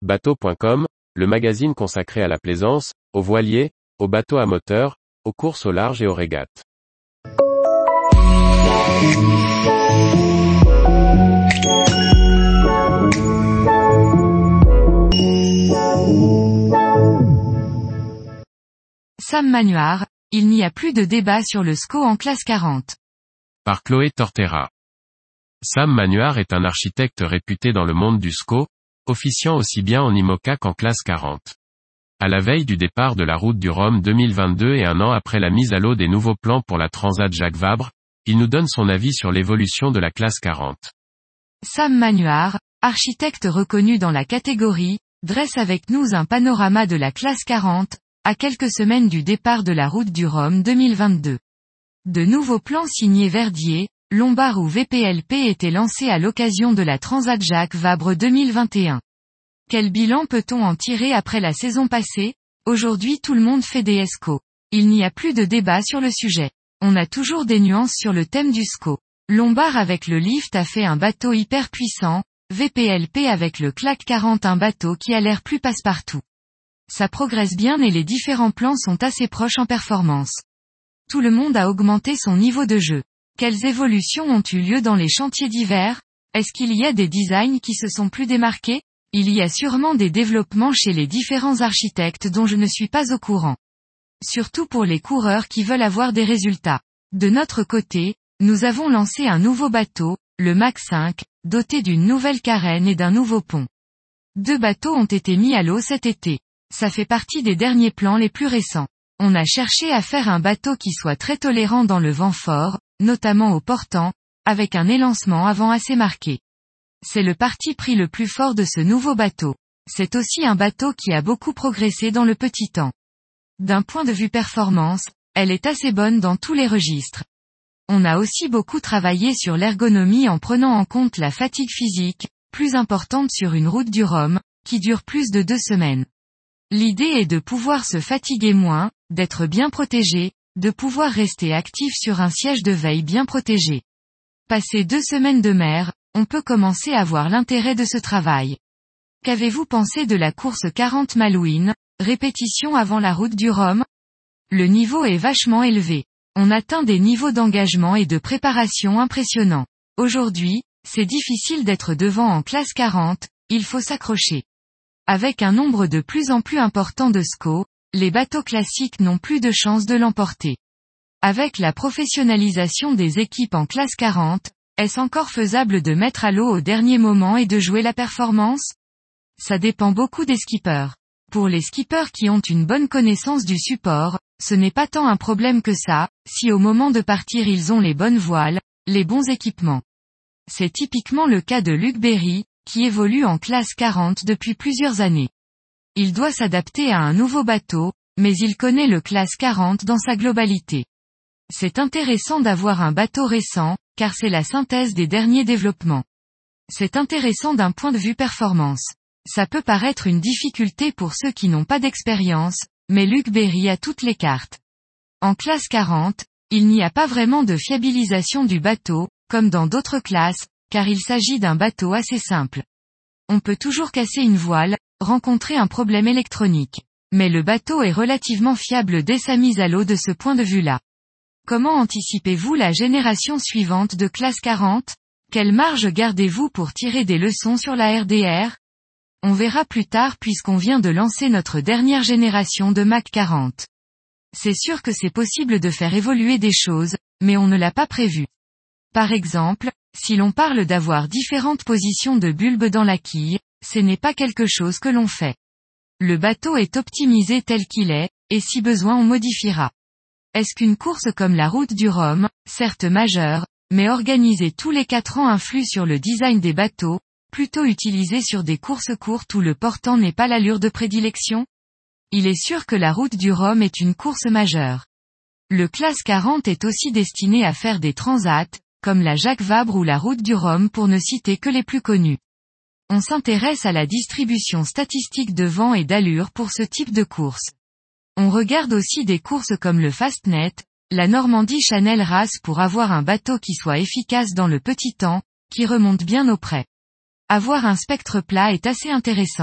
Bateau.com, le magazine consacré à la plaisance, aux voiliers, aux bateaux à moteur, aux courses au large et aux régates. Sam Manuard, il n'y a plus de débat sur le SCO en classe 40. Par Chloé Tortera. Sam Manuard est un architecte réputé dans le monde du SCO, officiant aussi bien en IMOCA qu'en classe 40. À la veille du départ de la route du Rhum 2022 et un an après la mise à l'eau des nouveaux plans pour la Transat Jacques Vabre, il nous donne son avis sur l'évolution de la classe 40. Sam Manuard, architecte reconnu dans la catégorie, dresse avec nous un panorama de la classe 40, à quelques semaines du départ de la route du Rhum 2022. De nouveaux plans signés Verdier, Lombard ou VPLP étaient lancés à l'occasion de la Transat Jacques Vabre 2021. Quel bilan peut-on en tirer après la saison passée? Aujourd'hui tout le monde fait des SCO. Il n'y a plus de débat sur le sujet. On a toujours des nuances sur le thème du SCO. Lombard avec le lift a fait un bateau hyper puissant, VPLP avec le Clac 40 un bateau qui a l'air plus passe-partout. Ça progresse bien et les différents plans sont assez proches en performance. Tout le monde a augmenté son niveau de jeu. Quelles évolutions ont eu lieu dans les chantiers d'hiver? Est-ce qu'il y a des designs qui se sont plus démarqués? Il y a sûrement des développements chez les différents architectes dont je ne suis pas au courant. Surtout pour les coureurs qui veulent avoir des résultats. De notre côté, nous avons lancé un nouveau bateau, le Mach 5, doté d'une nouvelle carène et d'un nouveau pont. 2 bateaux ont été mis à l'eau cet été. Ça fait partie des derniers plans les plus récents. On a cherché à faire un bateau qui soit très tolérant dans le vent fort, notamment au portant, avec un élancement avant assez marqué. C'est le parti pris le plus fort de ce nouveau bateau. C'est aussi un bateau qui a beaucoup progressé dans le petit temps. D'un point de vue performance, elle est assez bonne dans tous les registres. On a aussi beaucoup travaillé sur l'ergonomie en prenant en compte la fatigue physique, plus importante sur une route du Rhum, qui dure plus de 2 semaines. L'idée est de pouvoir se fatiguer moins, d'être bien protégé, de pouvoir rester actif sur un siège de veille bien protégé. Passé 2 semaines de mer, on peut commencer à voir l'intérêt de ce travail. Qu'avez-vous pensé de la course 40 Malouine, répétition avant la route du Rhum? Le niveau est vachement élevé. On atteint des niveaux d'engagement et de préparation impressionnants. Aujourd'hui, c'est difficile d'être devant en classe 40, il faut s'accrocher. Avec un nombre de plus en plus important de SCO, les bateaux classiques n'ont plus de chance de l'emporter. Avec la professionnalisation des équipes en classe 40, est-ce encore faisable de mettre à l'eau au dernier moment et de jouer la performance? Ça dépend beaucoup des skippers. Pour les skippers qui ont une bonne connaissance du support, ce n'est pas tant un problème que ça, si au moment de partir ils ont les bonnes voiles, les bons équipements. C'est typiquement le cas de Luc Berry, qui évolue en classe 40 depuis plusieurs années. Il doit s'adapter à un nouveau bateau, mais il connaît le classe 40 dans sa globalité. C'est intéressant d'avoir un bateau récent, car c'est la synthèse des derniers développements. C'est intéressant d'un point de vue performance. Ça peut paraître une difficulté pour ceux qui n'ont pas d'expérience, mais Luc Berry a toutes les cartes. En classe 40, il n'y a pas vraiment de fiabilisation du bateau, comme dans d'autres classes, car il s'agit d'un bateau assez simple. On peut toujours casser une voile, rencontrer un problème électronique. Mais le bateau est relativement fiable dès sa mise à l'eau de ce point de vue-là. Comment anticipez-vous la génération suivante de classe 40? Quelle marge gardez-vous pour tirer des leçons sur la RDR? On verra plus tard puisqu'on vient de lancer notre dernière génération de Mach 40. C'est sûr que c'est possible de faire évoluer des choses, mais on ne l'a pas prévu. Par exemple, si l'on parle d'avoir différentes positions de bulbes dans la quille, ce n'est pas quelque chose que l'on fait. Le bateau est optimisé tel qu'il est, et si besoin on modifiera. Est-ce qu'une course comme la route du Rhum, certes majeure, mais organisée tous les 4 ans influe sur le design des bateaux, plutôt utilisée sur des courses courtes où le portant n'est pas l'allure de prédilection? Il est sûr que la route du Rhum est une course majeure. Le classe 40 est aussi destiné à faire des transats, comme la Jacques Vabre ou la route du Rhum pour ne citer que les plus connus. On s'intéresse à la distribution statistique de vent et d'allure pour ce type de course. On regarde aussi des courses comme le Fastnet, la Normandie Channel Race pour avoir un bateau qui soit efficace dans le petit temps, qui remonte bien auprès. Avoir un spectre plat est assez intéressant.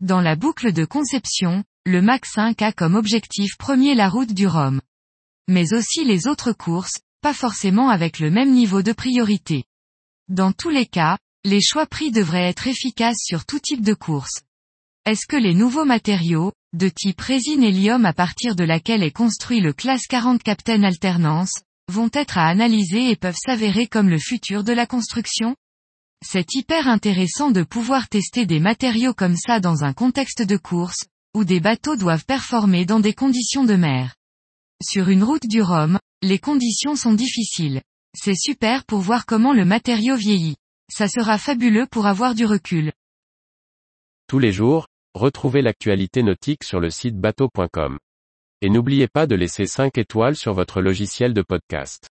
Dans la boucle de conception, le Mach 5 a comme objectif premier la route du Rhum. Mais aussi les autres courses, pas forcément avec le même niveau de priorité. Dans tous les cas, les choix pris devraient être efficaces sur tout type de course. Est-ce que les nouveaux matériaux, de type résine hélium à partir de laquelle est construit le Classe 40 Captain Alternance, vont être à analyser et peuvent s'avérer comme le futur de la construction? C'est hyper intéressant de pouvoir tester des matériaux comme ça dans un contexte de course, où des bateaux doivent performer dans des conditions de mer. Sur une route du Rhum, les conditions sont difficiles. C'est super pour voir comment le matériau vieillit. Ça sera fabuleux pour avoir du recul. Tous les jours, retrouvez l'actualité nautique sur le site bateau.com. Et n'oubliez pas de laisser 5 étoiles sur votre logiciel de podcast.